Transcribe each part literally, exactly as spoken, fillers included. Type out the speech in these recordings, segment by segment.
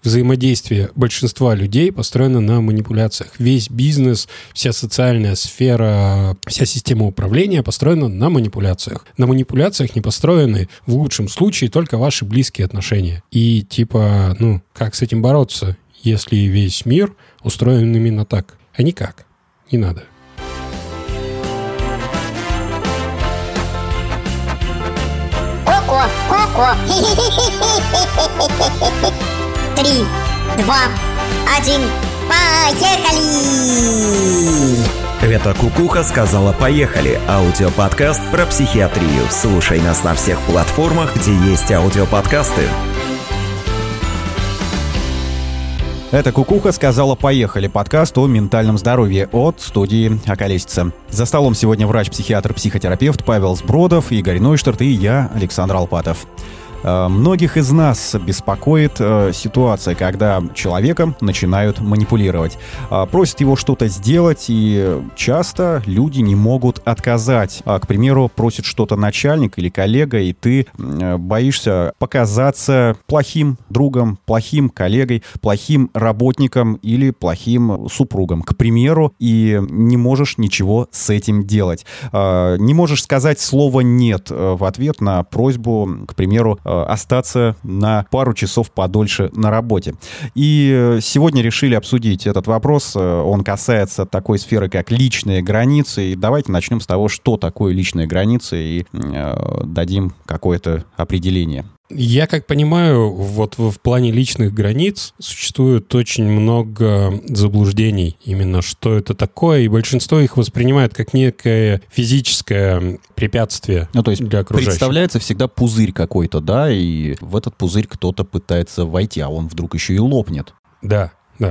взаимодействие большинства людей построено на манипуляциях. Весь бизнес, вся социальная сфера, вся система управления построена на манипуляциях. На манипуляциях не построены в лучшем случае только ваши близкие отношения. И типа, ну, как с этим бороться, если весь мир устроен именно так? А никак. Не надо. Ко-ко, ко-ко. Три, два, один, поехали! Это Кукуха сказала «Поехали» – аудиоподкаст про психиатрию. Слушай нас на всех платформах, где есть аудиоподкасты. Это «Кукуха сказала «Поехали» – подкаст о ментальном здоровье от студии «Околесица». За столом сегодня врач-психиатр-психотерапевт Павел Сбродов, Игорь Нойштарт и я, Александр Алпатов. Многих из нас беспокоит э, ситуация, когда человеком начинают манипулировать. Э, просят его что-то сделать, и часто люди не могут отказать. А, к примеру, просит что-то начальник или коллега, и ты э, боишься показаться плохим другом, плохим коллегой, плохим работником или плохим супругом, к примеру, и не можешь ничего с этим делать. Э, не можешь сказать слово «нет» в ответ на просьбу, к примеру, остаться на пару часов подольше на работе. И сегодня решили обсудить этот вопрос. Он касается такой сферы, как личные границы. И давайте начнем с того, что такое личные границы, и э, дадим какое-то определение. Я как понимаю, вот в, в плане личных границ существует очень много заблуждений, именно что это такое, и большинство их воспринимает как некое физическое препятствие, ну, то есть для окружающих. Представляется всегда пузырь какой-то, да, и в этот пузырь кто-то пытается войти, а он вдруг еще и лопнет. Да. Да.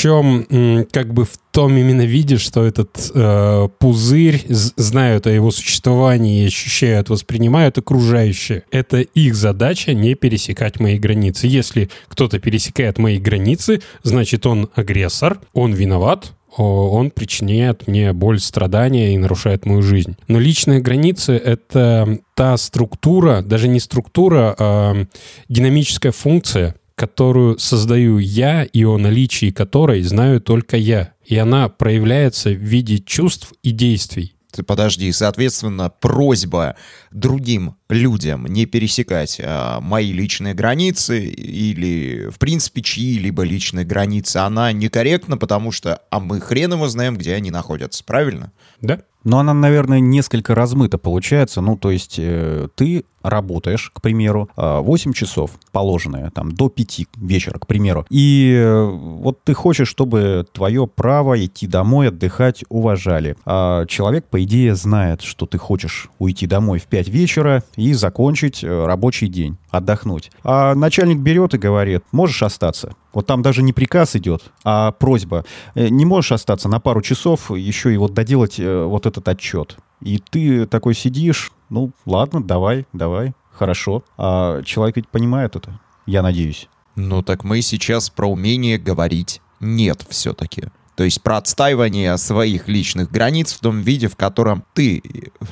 Причем как бы в том именно виде, что этот э, пузырь, знают о его существовании, ощущают, воспринимают окружающие. Это их задача не пересекать мои границы. Если кто-то пересекает мои границы, значит он агрессор, он виноват, он причиняет мне боль, страдания и нарушает мою жизнь. Но личные границы — это та структура, даже не структура, а динамическая функция, которую создаю я и о наличии которой знаю только я. И она проявляется в виде чувств и действий. Ты подожди, соответственно, просьба другим людям не пересекать а, мои личные границы или, в принципе, чьи-либо личные границы, она некорректна, потому что а мы хрен его знаем, где они находятся, правильно? Да. Но она, наверное, несколько размыта получается. Ну, то есть э, ты работаешь, к примеру, восемь часов положенное, там, до пяти вечера, к примеру. И э, вот ты хочешь, чтобы твое право идти домой, отдыхать уважали. А человек, по идее, знает, что ты хочешь уйти домой в пять вечера и закончить рабочий день, отдохнуть. А начальник берет и говорит: можешь остаться. Вот там даже не приказ идет, а просьба. Не можешь остаться на пару часов, еще и вот доделать вот этот отчет. И ты такой сидишь: ну, ладно, давай, давай, хорошо. А человек ведь понимает это, я надеюсь. Ну, так мы сейчас про умение говорить «нет» все-таки. То есть про отстаивание своих личных границ в том виде, в котором ты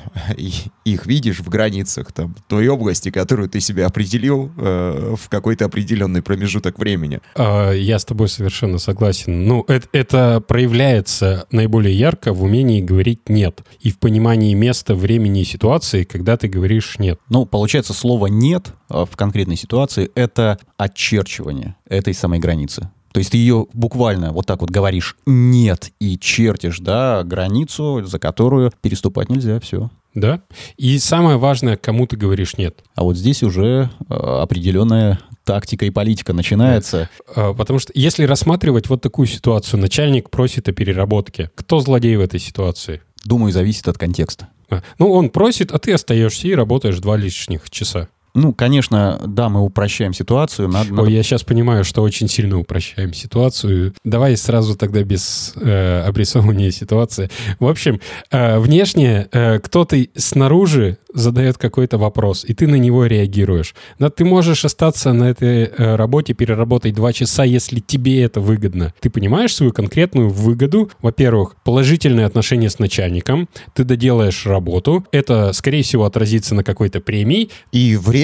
их видишь в границах там, той области, которую ты себе определил э, в какой-то определенный промежуток времени. Я с тобой совершенно согласен. Ну, это, это проявляется наиболее ярко в умении говорить «нет» и в понимании места, времени и ситуации, когда ты говоришь «нет». Ну, получается, слово «нет» в конкретной ситуации — это очерчивание этой самой границы. То есть ты ее буквально вот так вот говоришь «нет» и чертишь, да, границу, за которую переступать нельзя, все. Да. И самое важное, кому ты говоришь «нет». А вот здесь уже э, определенная тактика и политика начинается. Да. Потому что если рассматривать вот такую ситуацию, начальник просит о переработке. Кто злодей в этой ситуации? Думаю, зависит от контекста. А, ну, он просит, а ты остаешься и работаешь два лишних часа. Ну, конечно, да, мы упрощаем ситуацию. Надо, надо... Ой, я сейчас понимаю, что очень сильно упрощаем ситуацию. Давай сразу тогда без э, обрисовывания ситуации. В общем, э, внешне э, кто-то снаружи задает какой-то вопрос, и ты на него реагируешь. Но ты можешь остаться на этой э, работе, переработать два часа, если тебе это выгодно. Ты понимаешь свою конкретную выгоду. Во-первых, положительные отношения с начальником. Ты доделаешь работу. Это, скорее всего, отразится на какой-то премии. И время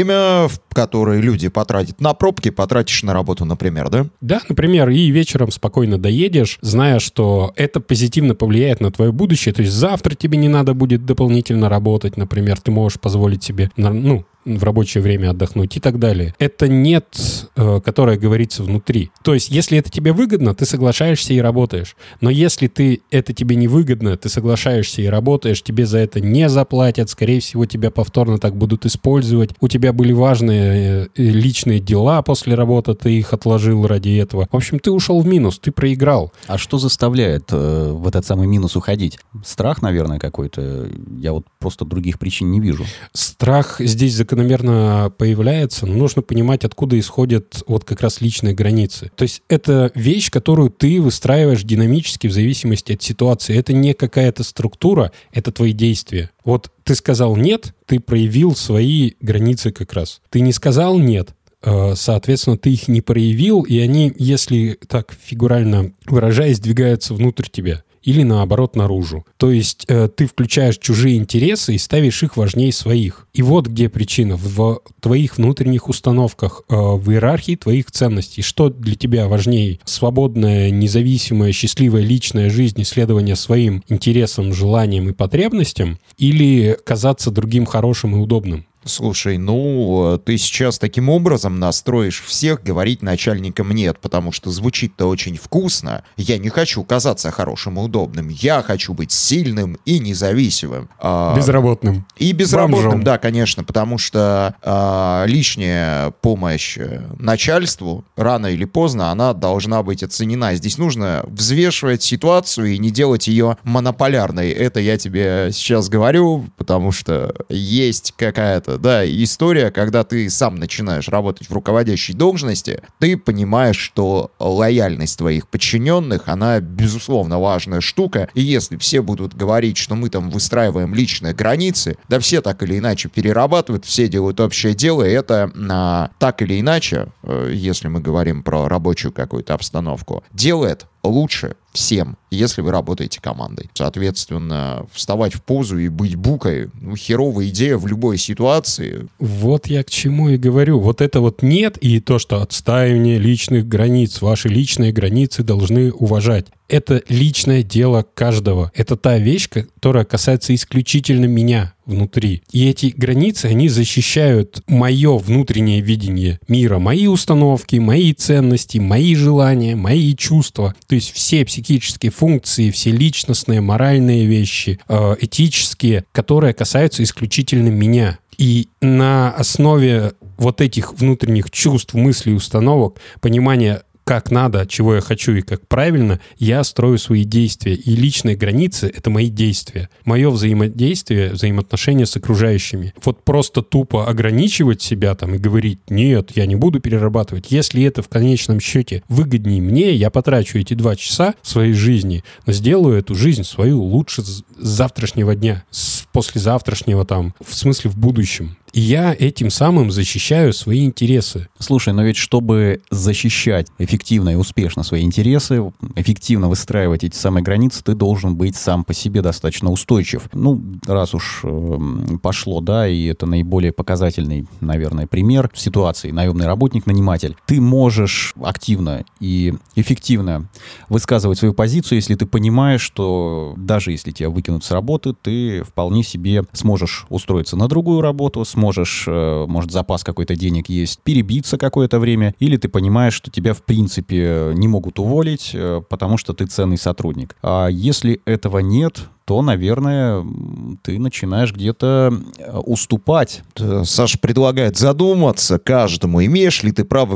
время, которое люди потратят на пробки, потратишь на работу, например, да? Да, например, и вечером спокойно доедешь, зная, что это позитивно повлияет на твое будущее. То есть завтра тебе не надо будет дополнительно работать, например, ты можешь позволить себе, ну, в рабочее время отдохнуть и так далее. Это нет, э, которое говорится внутри. То есть, если это тебе выгодно, ты соглашаешься и работаешь. Но если ты, это тебе не выгодно, ты соглашаешься и работаешь, тебе за это не заплатят, скорее всего, тебя повторно так будут использовать. У тебя были важные э, личные дела после работы, ты их отложил ради этого. В общем, ты ушел в минус, ты проиграл. А что заставляет э, в этот самый минус уходить? Страх, наверное, какой-то? Я вот просто других причин не вижу. Страх здесь закономерно закономерно появляется, но нужно понимать, откуда исходят вот как раз личные границы. То есть это вещь, которую ты выстраиваешь динамически в зависимости от ситуации. Это не какая-то структура, это твои действия. Вот ты сказал «нет», ты проявил свои границы как раз. Ты не сказал «нет», соответственно, ты их не проявил, и они, если так фигурально выражаясь, двигаются внутрь тебя. Или, наоборот, наружу. То есть э, ты включаешь чужие интересы и ставишь их важнее своих. И вот где причина. В твоих внутренних установках, э, в иерархии твоих ценностей. Что для тебя важнее? Свободная, независимая, счастливая личная жизнь, исследование своим интересам, желаниям и потребностям? Или казаться другим хорошим и удобным? Слушай, ну, ты сейчас таким образом настроишь всех говорить начальникам «нет», потому что звучит-то очень вкусно. Я не хочу казаться хорошим и удобным. Я хочу быть сильным и независимым. Безработным. И безработным, бомжом. Да, конечно, потому что а, лишняя помощь начальству рано или поздно она должна быть оценена. Здесь нужно взвешивать ситуацию и не делать ее монополярной. Это я тебе сейчас говорю, потому что есть какая-то да, история, когда ты сам начинаешь работать в руководящей должности, ты понимаешь, что лояльность твоих подчиненных, она, безусловно, важная штука, и если все будут говорить, что мы там выстраиваем личные границы, да все так или иначе перерабатывают, все делают общее дело, и это а, так или иначе, если мы говорим про рабочую какую-то обстановку, делает лучше всем, если вы работаете командой. Соответственно, вставать в позу и быть букой, ну, херовая идея в любой ситуации. Вот я к чему и говорю. Вот это вот нет, и то, что отстаивание личных границ, ваши личные границы должны уважать. Это личное дело каждого. Это та вещь, которая касается исключительно меня внутри. И эти границы, они защищают мое внутреннее видение мира, мои установки, мои ценности, мои желания, мои чувства. То есть все психические функции, все личностные, моральные вещи, этические, которые касаются исключительно меня. И на основе вот этих внутренних чувств, мыслей, установок, понимания, как надо, чего я хочу и как правильно, я строю свои действия. И личные границы — это мои действия. Мое взаимодействие, взаимоотношения с окружающими. Вот просто тупо ограничивать себя там и говорить: нет, я не буду перерабатывать. Если это в конечном счете выгоднее мне, я потрачу эти два часа своей жизни, но сделаю эту жизнь свою лучше с завтрашнего дня, с послезавтрашнего там, в смысле в будущем. И я этим самым защищаю свои интересы. Слушай, но ведь чтобы защищать эффективно и успешно свои интересы, эффективно выстраивать эти самые границы, ты должен быть сам по себе достаточно устойчив. Ну, раз уж э, пошло, да, и это наиболее показательный, наверное, пример в ситуации наемный работник-наниматель. Ты можешь активно и эффективно высказывать свою позицию, если ты понимаешь, что даже если тебя выкинут с работы, ты вполне себе сможешь устроиться на другую работу, сможешь можешь, может, запас какой-то денег есть, перебиться какое-то время, или ты понимаешь, что тебя, в принципе, не могут уволить, потому что ты ценный сотрудник. А если этого нет, то, наверное, ты начинаешь где-то уступать. Саша предлагает задуматься каждому, имеешь ли ты право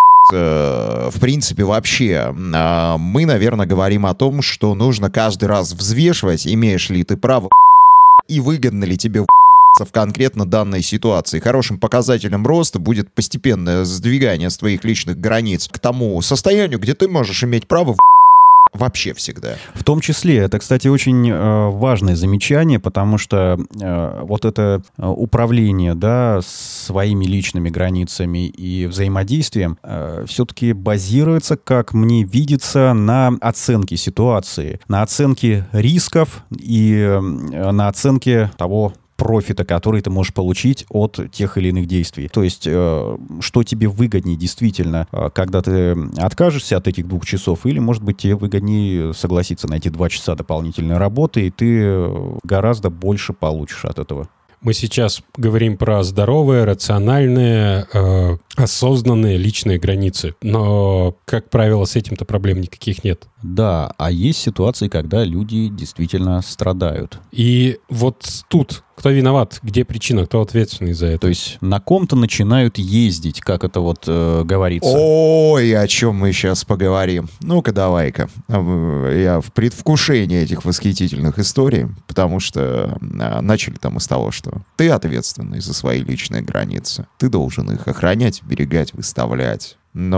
в принципе, вообще. Мы, наверное, говорим о том, что нужно каждый раз взвешивать, имеешь ли ты право и выгодно ли тебе в конкретно данной ситуации. Хорошим показателем роста будет постепенное сдвигание с твоих личных границ к тому состоянию, где ты можешь иметь право вообще всегда. В том числе, это, кстати, очень э, важное замечание, потому что э, вот это управление, да, своими личными границами и взаимодействием э, все-таки базируется, как мне видится, на оценке ситуации, на оценке рисков и э, на оценке того, профита, который ты можешь получить от тех или иных действий. То есть, э, что тебе выгоднее действительно, э, когда ты откажешься от этих двух часов, или, может быть, тебе выгоднее согласиться на эти два часа дополнительной работы, и ты гораздо больше получишь от этого. Мы сейчас говорим про здоровые, рациональные, э, осознанные личные границы. Но, как правило, с этим-то проблем никаких нет. Да, а есть ситуации, когда люди действительно страдают. И вот тут кто виноват, где причина, кто ответственный за это? То есть на ком-то начинают ездить, как это вот э, говорится. Ой, о чем мы сейчас поговорим. Ну-ка, давай-ка. Я в предвкушении этих восхитительных историй, потому что начали там из того, что ты ответственный за свои личные границы. Ты должен их охранять, берегать, выставлять.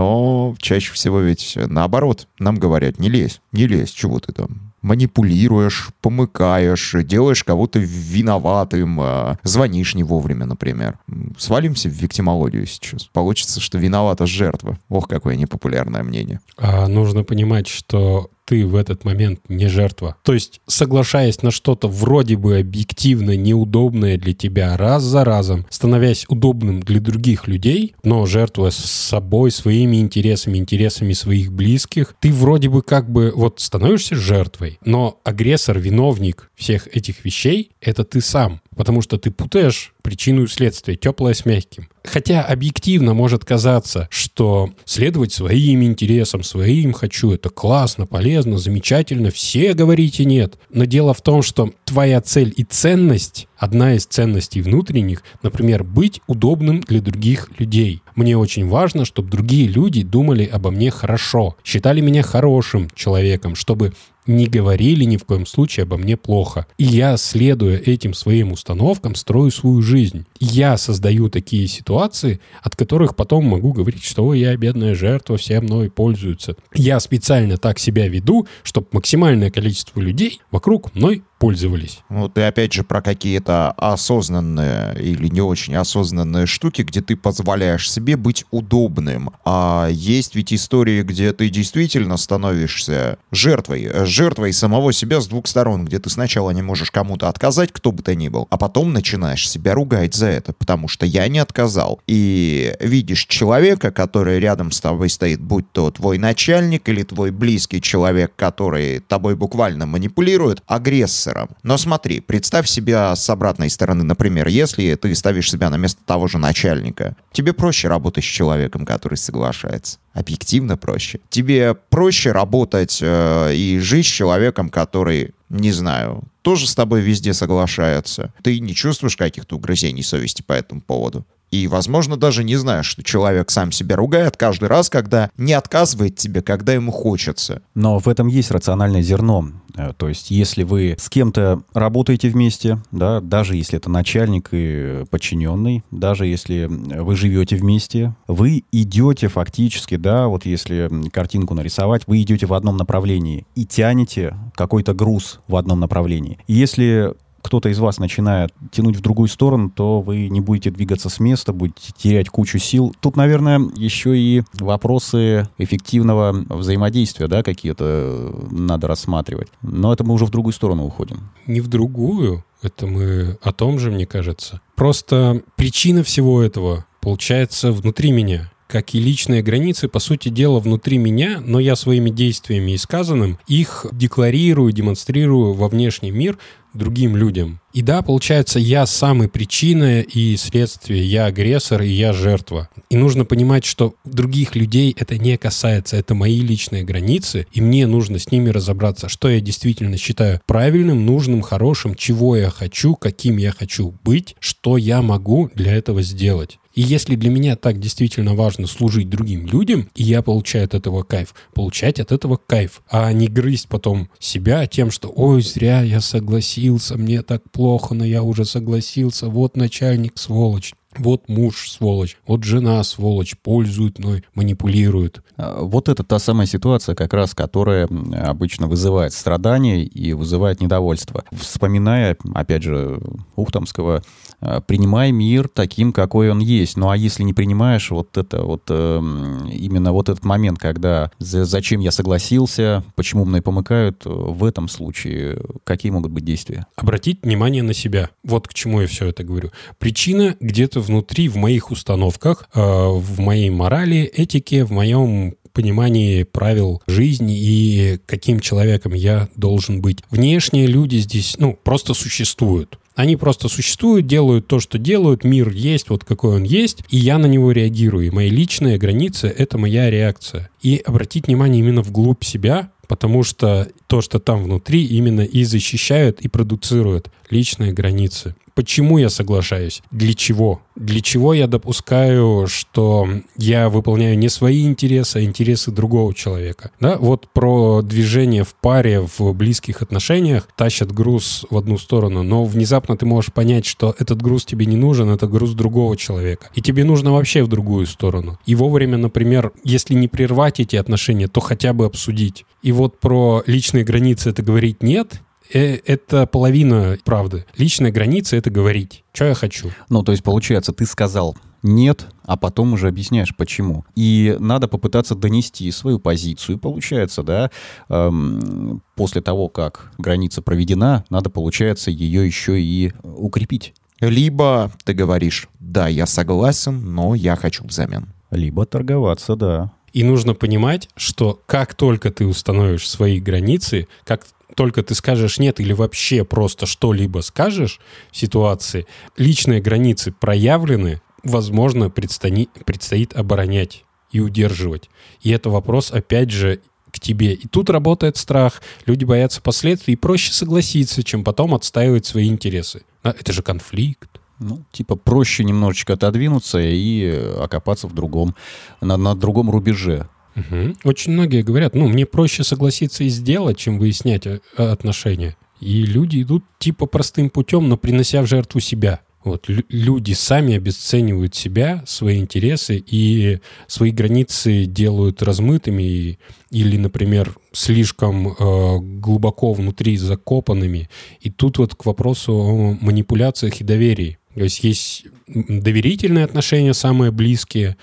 Но чаще всего ведь наоборот. Нам говорят, не лезь, не лезь, чего ты там манипулируешь, помыкаешь, делаешь кого-то виноватым, звонишь не вовремя, например. Свалимся в виктимологию сейчас. Получится, что виновата жертва. Ох, какое непопулярное мнение. А нужно понимать, что ты в этот момент не жертва. То есть, соглашаясь на что-то вроде бы объективно неудобное для тебя раз за разом, становясь удобным для других людей, но жертвуя собой, своими интересами, интересами своих близких, ты вроде бы как бы вот становишься жертвой, но агрессор, виновник всех этих вещей — это ты сам. Потому что ты путаешь причину и следствие, теплое с мягким. Хотя объективно может казаться, что следовать своим интересам, своим хочу, это классно, полезно, замечательно, все говорите нет. Но дело в том, что твоя цель и ценность, одна из ценностей внутренних, например, быть удобным для других людей. Мне очень важно, чтобы другие люди думали обо мне хорошо, считали меня хорошим человеком, чтобы не говорили ни в коем случае обо мне плохо. И я, следуя этим своим установкам, строю свою жизнь. Я создаю такие ситуации, от которых потом могу говорить, что ой, я бедная жертва, все мной пользуются. Я специально так себя веду, чтобы максимальное количество людей вокруг мной пользовались. Вот и опять же про какие-то осознанные или не очень осознанные штуки, где ты позволяешь себе быть удобным. А есть ведь истории, где ты действительно становишься жертвой, жертвой самого себя с двух сторон, где ты сначала не можешь кому-то отказать, кто бы то ни был, а потом начинаешь себя ругать за это, потому что я не отказал. И видишь человека, который рядом с тобой стоит, будь то твой начальник или твой близкий человек, который тобой буквально манипулирует, агрессор. Но смотри, представь себя с обратной стороны. Например, если ты ставишь себя на место того же начальника, тебе проще работать с человеком, который соглашается. Объективно проще. Тебе проще работать э, и жить с человеком, который, не знаю, тоже с тобой везде соглашается. Ты не чувствуешь каких-то угрызений совести по этому поводу. И, возможно, даже не знаешь, что человек сам себя ругает каждый раз, когда не отказывает тебе, когда ему хочется. Но в этом есть рациональное зерно. То есть, если вы с кем-то работаете вместе, да, даже если это начальник и подчиненный, даже если вы живете вместе, вы идете фактически, да, вот если картинку нарисовать, вы идете в одном направлении и тянете какой-то груз в одном направлении. И если кто-то из вас начинает тянуть в другую сторону, то вы не будете двигаться с места, будете терять кучу сил. Тут, наверное, еще и вопросы эффективного взаимодействия, да, какие-то надо рассматривать. Но это мы уже в другую сторону уходим. Не в другую. Это мы о том же, мне кажется. Просто причина всего этого получается внутри меня. Как и личные границы, по сути дела, внутри меня, но я своими действиями и сказанным их декларирую, демонстрирую во внешний мир другим людям. И да, получается, я самый причина и следствие, я агрессор и я жертва. И нужно понимать, что других людей это не касается, это мои личные границы, и мне нужно с ними разобраться, что я действительно считаю правильным, нужным, хорошим, чего я хочу, каким я хочу быть, что я могу для этого сделать. И если для меня так действительно важно служить другим людям, и я получаю от этого кайф, получать от этого кайф, а не грызть потом себя тем, что «Ой, зря я согласился, мне так плохо, но я уже согласился, вот начальник, сволочь». Вот муж сволочь, вот жена сволочь, пользует мной, манипулирует. Вот это та самая ситуация, как раз, которая обычно вызывает страдания и вызывает недовольство. Вспоминая, опять же, Ухтомского, принимай мир таким, какой он есть. Ну а если не принимаешь, вот это вот именно вот этот момент, когда зачем я согласился, почему мной помыкают, в этом случае какие могут быть действия? Обратить внимание на себя. Вот к чему я все это говорю. Причина где-то внутри, в моих установках, э, в моей морали, этике, в моем понимании правил жизни и каким человеком я должен быть. Внешние люди здесь, ну, просто существуют. Они просто существуют, делают то, что делают, мир есть, вот какой он есть, и я на него реагирую. И мои личные границы — это моя реакция. И обратить внимание именно вглубь себя, потому что то, что там внутри, именно и защищают, и продуцируют личные границы. Почему я соглашаюсь? Для чего? Для чего я допускаю, что я выполняю не свои интересы, а интересы другого человека? Да? Вот про движение в паре, в близких отношениях тащат груз в одну сторону, но внезапно ты можешь понять, что этот груз тебе не нужен, это груз другого человека. И тебе нужно вообще в другую сторону. И вовремя, например, если не прервать эти отношения, то хотя бы обсудить. И вот про личные границы это говорить нет — это половина правды. Личная граница — это говорить, что я хочу. Ну, то есть, получается, ты сказал нет, а потом уже объясняешь, почему. И надо попытаться донести свою позицию. Получается, да, эм, после того, как граница проведена, надо, получается, ее еще и укрепить. Либо ты говоришь, да, я согласен, но я хочу взамен. Либо торговаться, да. И нужно понимать, что как только ты установишь свои границы, как только ты скажешь нет или вообще просто что-либо скажешь в ситуации, личные границы проявлены, возможно, предстоит, предстоит оборонять и удерживать. И это вопрос, опять же, к тебе. И тут работает страх. Люди боятся последствий, и проще согласиться, чем потом отстаивать свои интересы. Это же конфликт. Ну, типа проще немножечко отодвинуться и окопаться в другом, на, на другом рубеже. Угу. Очень многие говорят, ну, мне проще согласиться и сделать, чем выяснять отношения. И люди идут типа простым путем, но принося в жертву себя. Вот, лю- люди сами обесценивают себя, свои интересы и свои границы делают размытыми и, или, например, слишком э, глубоко внутри закопанными. И тут вот к вопросу о манипуляциях и доверии. То есть есть доверительные отношения, самые близкие,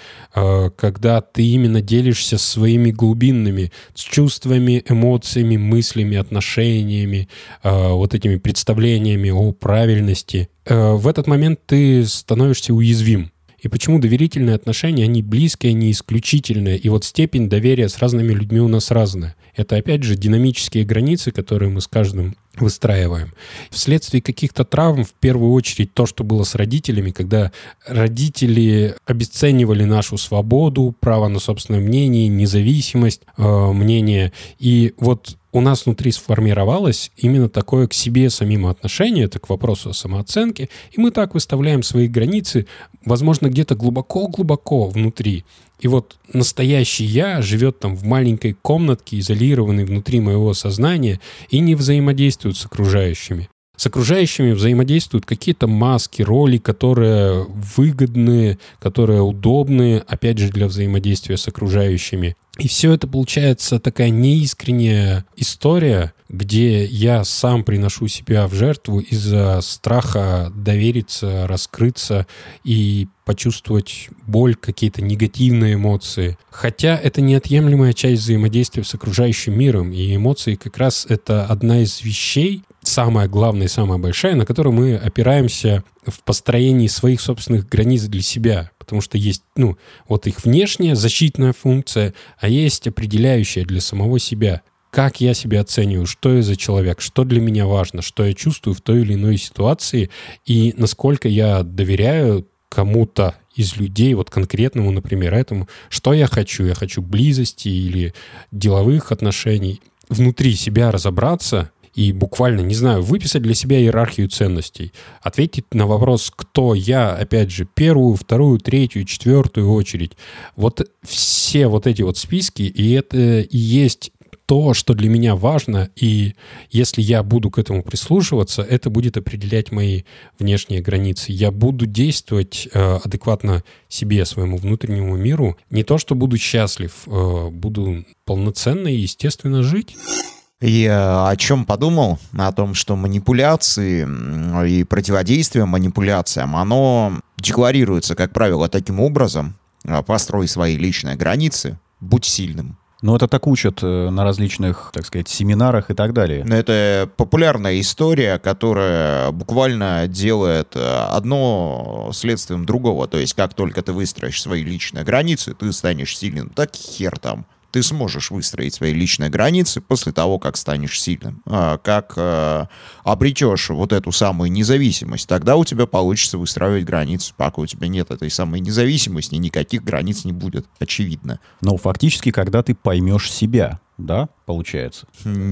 когда ты именно делишься своими глубинными с чувствами, эмоциями, мыслями, отношениями, вот этими представлениями о правильности. В этот момент ты становишься уязвим. И почему доверительные отношения, они близкие, они исключительные. И вот степень доверия с разными людьми у нас разная. Это, опять же, динамические границы, которые мы с каждым выстраиваем. Вследствие каких-то травм, в первую очередь, то, что было с родителями, когда родители обесценивали нашу свободу, право на собственное мнение, независимость э, мнения. И вот у нас внутри сформировалось именно такое к себе самим отношение, это к вопросу о самооценке, и мы так выставляем свои границы, возможно, где-то глубоко-глубоко внутри. И вот настоящий я живет там в маленькой комнатке, изолированной внутри моего сознания, и не взаимодействует с окружающими. С окружающими взаимодействуют какие-то маски, роли, которые выгодны, которые удобны, опять же, для взаимодействия с окружающими. И все это получается такая неискренняя история, где я сам приношу себя в жертву из-за страха довериться, раскрыться и почувствовать боль, какие-то негативные эмоции. Хотя это неотъемлемая часть взаимодействия с окружающим миром, и эмоции как раз это одна из вещей, самая главная и самая большая, на которую мы опираемся в построении своих собственных границ для себя. Потому что есть, ну, вот их внешняя защитная функция, а есть определяющая для самого себя. Как я себя оцениваю, что я за человек, что для меня важно, что я чувствую в той или иной ситуации, и насколько я доверяю кому-то из людей, вот конкретному, например, этому, что я хочу. Я хочу близости или деловых отношений. Внутри себя разобраться и буквально, не знаю, выписать для себя иерархию ценностей. Ответить на вопрос, кто я, опять же, первую, вторую, третью, четвертую очередь. Вот все вот эти вот списки, и это и есть то, что для меня важно, и если я буду к этому прислушиваться, это будет определять мои внешние границы. Я буду действовать э, адекватно себе, своему внутреннему миру. Не то, что буду счастлив, э, буду полноценно и естественно жить. Я о чем подумал? О том, что манипуляции и противодействие манипуляциям, оно декларируется, как правило, таким образом: построй свои личные границы, будь сильным. Ну, это так учат на различных, так сказать, семинарах и так далее. Это популярная история, которая буквально делает одно следствием другого. То есть, как только ты выстроишь свои личные границы, ты станешь сильным. Так хер там. Ты сможешь выстроить свои личные границы после того, как станешь сильным. А, как а, обретешь вот эту самую независимость, тогда у тебя получится выстраивать границы. Пока у тебя нет этой самой независимости, никаких границ не будет, очевидно. Но фактически, когда ты поймешь себя, да, получается?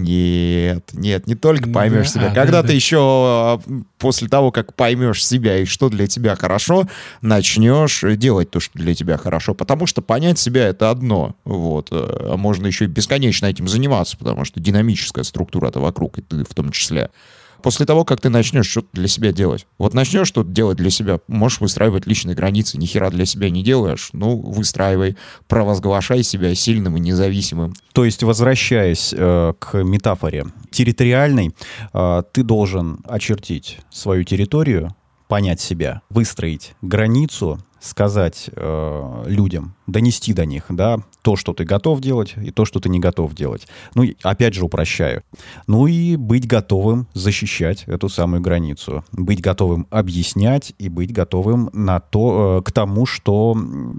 Нет, нет, не только поймешь да, себя. а, Когда да, ты да. еще после того, как поймешь себя и что для тебя хорошо, начнешь делать то, что для тебя хорошо. Потому что понять себя — это одно. Вот. А можно еще и бесконечно этим заниматься, потому что динамическая структура-то вокруг, и ты в том числе. После того, как ты начнешь что-то для себя делать. Вот начнешь что-то делать для себя, можешь выстраивать личные границы, ни хера для себя не делаешь, ну, выстраивай, провозглашай себя сильным и независимым. То есть, возвращаясь э, к метафоре территориальной, э, ты должен очертить свою территорию, понять себя, выстроить границу, сказать э, людям, донести до них, да, то, что ты готов делать, и то, что ты не готов делать. Ну, опять же, упрощаю. Ну и быть готовым защищать эту самую границу. Быть готовым объяснять и быть готовым на то, э, к тому, что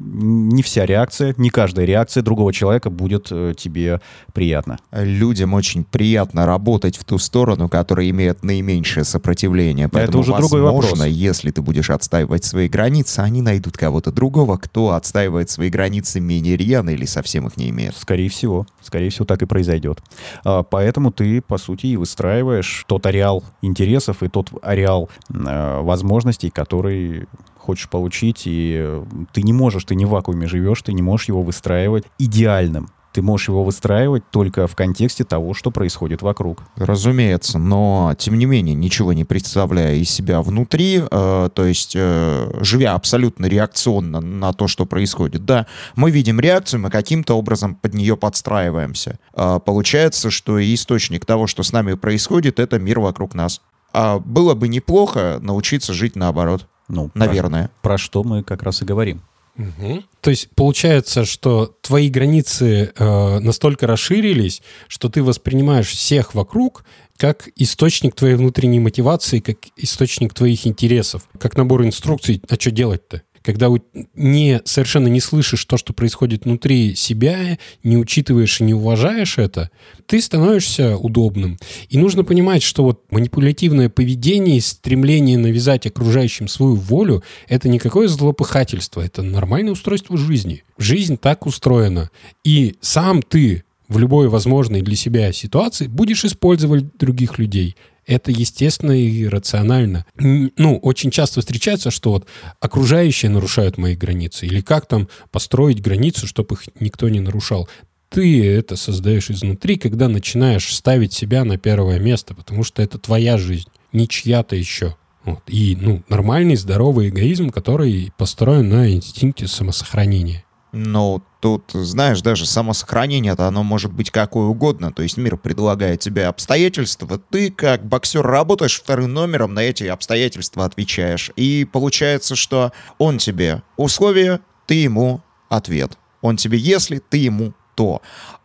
не вся реакция, не каждая реакция другого человека будет э, тебе приятна. Людям очень приятно работать в ту сторону, которая имеет наименьшее сопротивление. Поэтому, уже другой вопрос. возможно, если ты будешь отстаивать свои границы, они найдут кого-то другого, кто отстаивает свои границы менее рьяно или совсем их не имеет. Скорее всего. Скорее всего, так и произойдет. А, поэтому ты, по сути, и выстраиваешь тот ареал интересов и тот ареал э, возможностей, который хочешь получить. И ты не можешь, ты не в вакууме живешь, ты не можешь его выстраивать идеальным. Ты можешь его выстраивать только в контексте того, что происходит вокруг. Разумеется, но, тем не менее, ничего не представляя из себя внутри, э, то есть, э, живя абсолютно реакционно на то, что происходит, да, мы видим реакцию, мы каким-то образом под нее подстраиваемся. Э, получается, что источник того, что с нами происходит, это мир вокруг нас. А было бы неплохо научиться жить наоборот, Ну, наверное. Про, про что мы как раз и говорим. Угу. То есть получается, что твои границы э, настолько расширились, что ты воспринимаешь всех вокруг как источник твоей внутренней мотивации, как источник твоих интересов, как набор инструкций, а что делать-то? Когда не, совершенно не слышишь то, что происходит внутри себя, не учитываешь и не уважаешь это, ты становишься удобным. И нужно понимать, что вот манипулятивное поведение и стремление навязать окружающим свою волю — это никакое злопыхательство, это нормальное устройство жизни. Жизнь так устроена. И сам ты в любой возможной для себя ситуации будешь использовать других людей. Это естественно и рационально. Ну, очень часто встречается, что вот окружающие нарушают мои границы. Или как там построить границу, чтобы их никто не нарушал. Ты это создаешь изнутри, когда начинаешь ставить себя на первое место, потому что это твоя жизнь, не чья-то еще. Вот. И ну, нормальный, здоровый эгоизм, который построен на инстинкте самосохранения. Ну, тут, знаешь, даже самосохранение-то оно может быть какое угодно. То есть мир предлагает тебе обстоятельства, ты как боксер работаешь вторым номером, на эти обстоятельства отвечаешь. И получается, что он тебе условия, ты ему ответ. Он тебе если, ты ему то.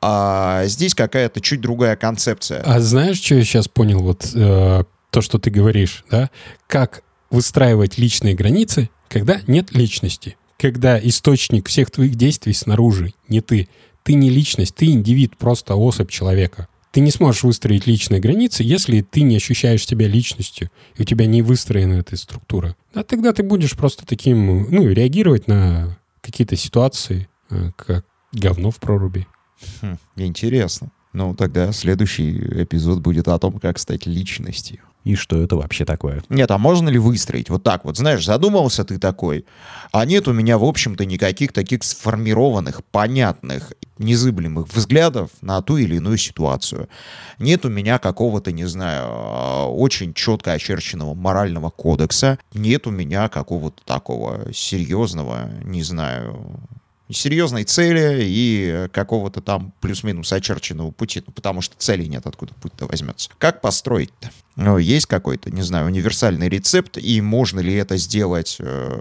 А здесь какая-то чуть другая концепция. А знаешь, что я сейчас понял? Вот э, то, что ты говоришь, да? Как выстраивать личные границы, когда нет личности. Когда источник всех твоих действий снаружи, не ты. Ты не личность, ты индивид, просто особь человека. Ты не сможешь выстроить личные границы, если ты не ощущаешь себя личностью, и у тебя не выстроена эта структура. А тогда ты будешь просто таким, ну, реагировать на какие-то ситуации, как говно в проруби. Хм, интересно. Ну, тогда следующий эпизод будет о том, как стать личностью. И что это вообще такое? Нет, а можно ли выстроить вот так вот? Знаешь, задумался ты такой, а нет у меня, в общем-то, никаких таких сформированных, понятных, незыблемых взглядов на ту или иную ситуацию. Нет у меня какого-то, не знаю, очень четко очерченного морального кодекса. Нет у меня какого-то такого серьезного, не знаю... серьезной цели и какого-то там плюс-минус очерченного пути, ну, потому что цели нет, откуда путь-то возьмется. Как построить-то? Ну, есть какой-то, не знаю, универсальный рецепт, и можно ли это сделать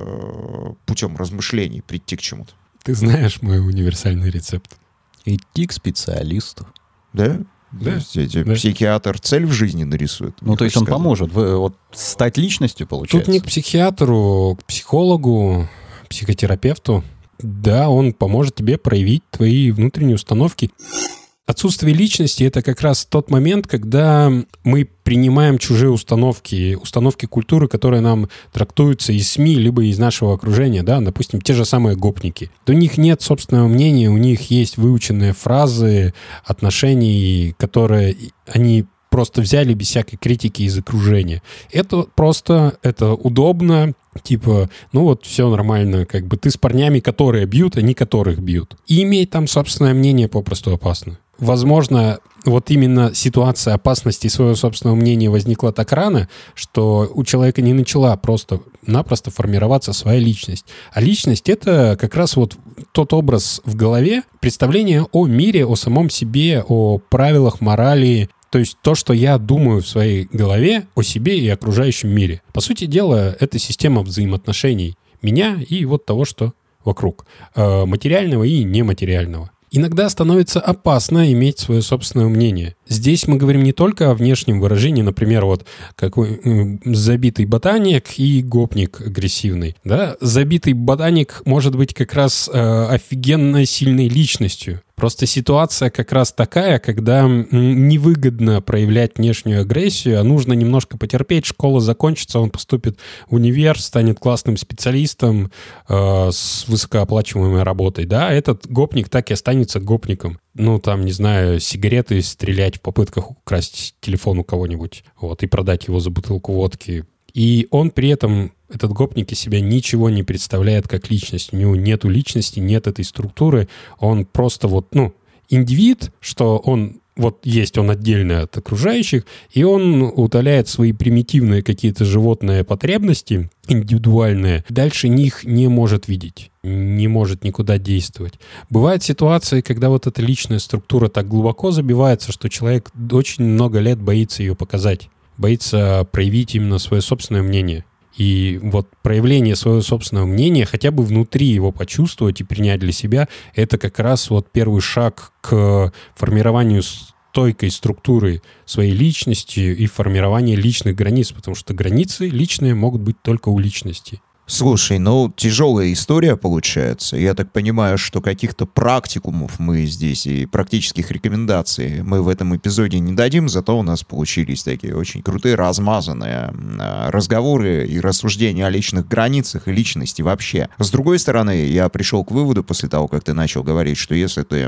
э, путем размышлений, прийти к чему-то? Ты знаешь мой универсальный рецепт. Идти к специалисту. Да? Да, да. Психиатр цель в жизни нарисует. Ну, то есть он сказать. поможет вы, вот, стать личностью, получается? Тут не к психиатру, к психологу, психотерапевту. Да, он поможет тебе проявить твои внутренние установки. Отсутствие личности — это как раз тот момент, когда мы принимаем чужие установки, установки культуры, которые нам трактуются из СМИ, либо из нашего окружения, да, допустим, те же самые гопники. У них нет собственного мнения, у них есть выученные фразы, отношений, которые они просто взяли без всякой критики из окружения. Это просто, это удобно, типа, ну вот все нормально, как бы ты с парнями, которые бьют, а не которых бьют. И иметь там собственное мнение попросту опасно. Возможно, вот именно ситуация опасности своего собственного мнения возникла так рано, что у человека не начала просто-напросто формироваться своя личность. А личность — это как раз вот тот образ в голове, представление о мире, о самом себе, о правилах морали. То есть то, что я думаю в своей голове о себе и окружающем мире. По сути дела, это система взаимоотношений меня и вот того, что вокруг. Э, материального и нематериального. Иногда становится опасно иметь свое собственное мнение. Здесь мы говорим не только о внешнем выражении, например, вот какой э, забитый ботаник и гопник агрессивный. Да? Забитый ботаник может быть как раз э, офигенно сильной личностью. Просто ситуация как раз такая, когда невыгодно проявлять внешнюю агрессию, а нужно немножко потерпеть, школа закончится, он поступит в универ, станет классным специалистом э, с высокооплачиваемой работой. Да, этот гопник так и останется гопником. Ну, там, не знаю, сигареты стрелять в попытках украсть телефон у кого-нибудь, вот, и продать его за бутылку водки. И он при этом, этот гопник, из себя ничего не представляет как личность. У него нету личности, нет этой структуры. Он просто вот, ну, индивид, что он вот есть, он отдельный от окружающих, и он утоляет свои примитивные какие-то животные потребности, индивидуальные, дальше них не может видеть, не может никуда действовать. Бывают ситуации, когда вот эта личная структура так глубоко забивается, что человек очень много лет боится ее показать. Боится проявить именно свое собственное мнение. И вот проявление своего собственного мнения, хотя бы внутри его почувствовать и принять для себя, это как раз вот первый шаг к формированию стойкой структуры своей личности и формированию личных границ, потому что границы личные могут быть только у личности. Слушай, ну, тяжелая история получается. Я так понимаю, что каких-то практикумов мы здесь и практических рекомендаций мы в этом эпизоде не дадим, зато у нас получились такие очень крутые, размазанные разговоры и рассуждения о личных границах и личности вообще. С другой стороны, я пришел к выводу после того, как ты начал говорить, что если ты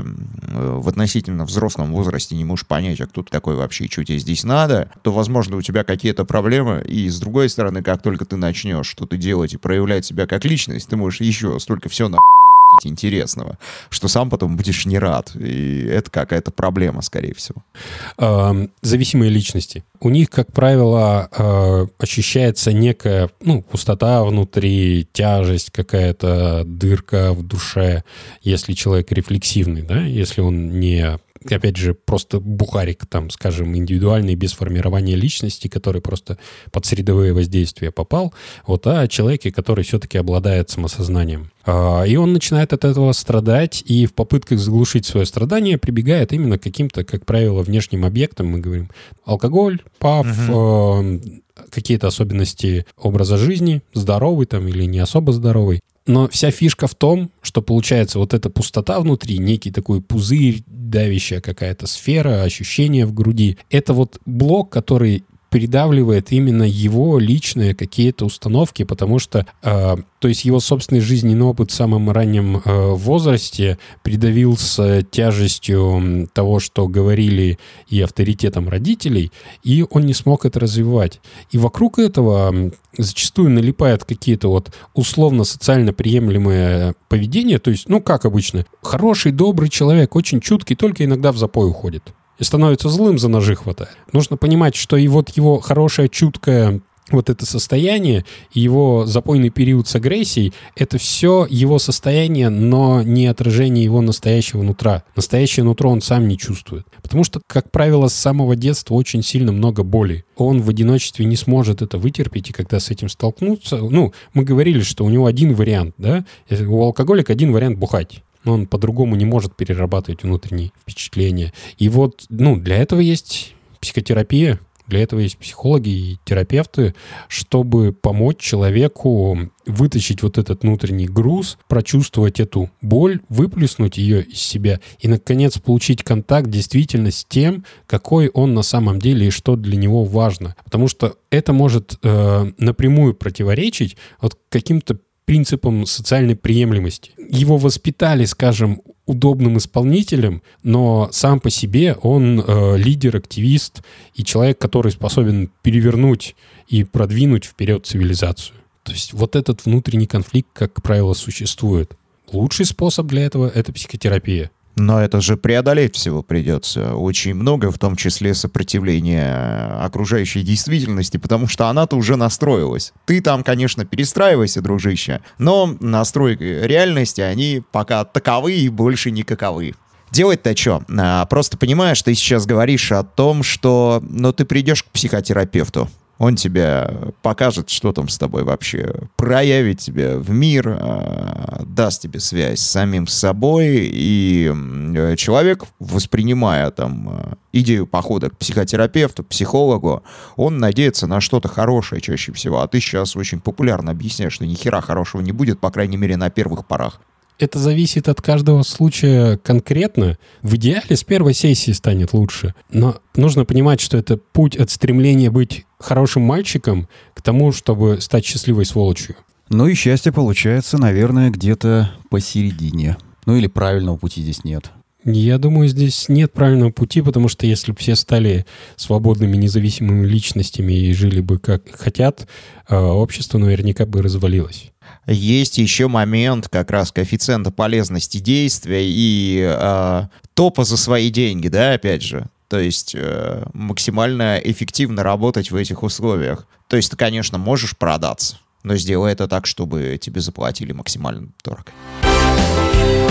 в относительно взрослом возрасте не можешь понять, а кто ты такой вообще и что тебе здесь надо, то, возможно, у тебя какие-то проблемы. И с другой стороны, как только ты начнешь что-то делать и проявлять себя как личность, ты можешь еще столько всего на интересного, что сам потом будешь не рад. И это какая-то проблема, скорее всего. Зависимые личности. У них, как правило, ощущается некая, ну, пустота внутри, тяжесть какая-то, дырка в душе, если человек рефлексивный, да, если он не... опять же, просто бухарик, там, скажем, индивидуальный, без формирования личности, который просто под средовые воздействия попал, вот, а человеке, который все-таки обладает самосознанием. И он начинает от этого страдать, и в попытках заглушить свое страдание прибегает именно к каким-то, как правило, внешним объектам. Мы говорим алкоголь, паф, угу. э, какие-то особенности образа жизни, здоровый там или не особо здоровый. Но вся фишка в том, что получается вот эта пустота внутри, некий такой пузырь, давящая какая-то сфера, ощущение в груди. Это вот блок, который придавливает именно его личные какие-то установки, потому что, э, то есть его собственный жизненный опыт в самом раннем э, возрасте придавился тяжестью того, что говорили, и авторитетом родителей, и он не смог это развивать. И вокруг этого зачастую налипают какие-то вот условно-социально приемлемые поведения, то есть, ну, как обычно, хороший, добрый человек, очень чуткий, только иногда в запой уходит. И становится злым, за ножи хватает. Нужно понимать, что и вот его хорошее, чуткое вот это состояние, и его запойный период с агрессией, это все его состояние, но не отражение его настоящего нутра. Настоящее нутро он сам не чувствует. Потому что, как правило, с самого детства очень сильно много боли. Он в одиночестве не сможет это вытерпеть, и когда с этим столкнуться... Ну, мы говорили, что у него один вариант, да? У алкоголика один вариант — бухать. Он по-другому не может перерабатывать внутренние впечатления. И вот, ну, для этого есть психотерапия, для этого есть психологи и терапевты, чтобы помочь человеку вытащить вот этот внутренний груз, прочувствовать эту боль, выплеснуть ее из себя и, наконец, получить контакт действительно с тем, какой он на самом деле и что для него важно. Потому что это может э, напрямую противоречить вот каким-то принципам социальной приемлемости. Его воспитали, скажем, удобным исполнителем, но сам по себе он э, лидер, активист и человек, который способен перевернуть и продвинуть вперед цивилизацию. То есть вот этот внутренний конфликт, как правило, существует. Лучший способ для этого — это психотерапия. Но это же преодолеть всего придется. Очень много, в том числе сопротивления окружающей действительности, потому что она-то уже настроилась. Ты там, конечно, перестраивайся, дружище, но настройки реальности, они пока таковы и больше никаковы. Делать-то что? Просто понимаешь, ты сейчас говоришь о том, что ну, ты придешь к психотерапевту. Он тебе покажет, что там с тобой вообще, проявит тебя в мир, э, даст тебе связь с самим собой, и э, человек, воспринимая там э, идею похода к психотерапевту, психологу, он надеется на что-то хорошее чаще всего. А ты сейчас очень популярно объясняешь, что ни хера хорошего не будет, по крайней мере, на первых порах. Это зависит от каждого случая конкретно. В идеале с первой сессии станет лучше. Но нужно понимать, что это путь от стремления быть хорошим мальчиком к тому, чтобы стать счастливой сволочью. Ну и счастье получается, наверное, где-то посередине. Ну или правильного пути здесь нет. Я думаю, здесь нет правильного пути, потому что если бы все стали свободными, независимыми личностями и жили бы как хотят, общество наверняка бы развалилось. Есть еще момент как раз коэффициента полезности действия и э, топа за свои деньги, да, опять же. То есть э, максимально эффективно работать в этих условиях. То есть ты, конечно, можешь продаться, но сделай это так, чтобы тебе заплатили максимально дорого.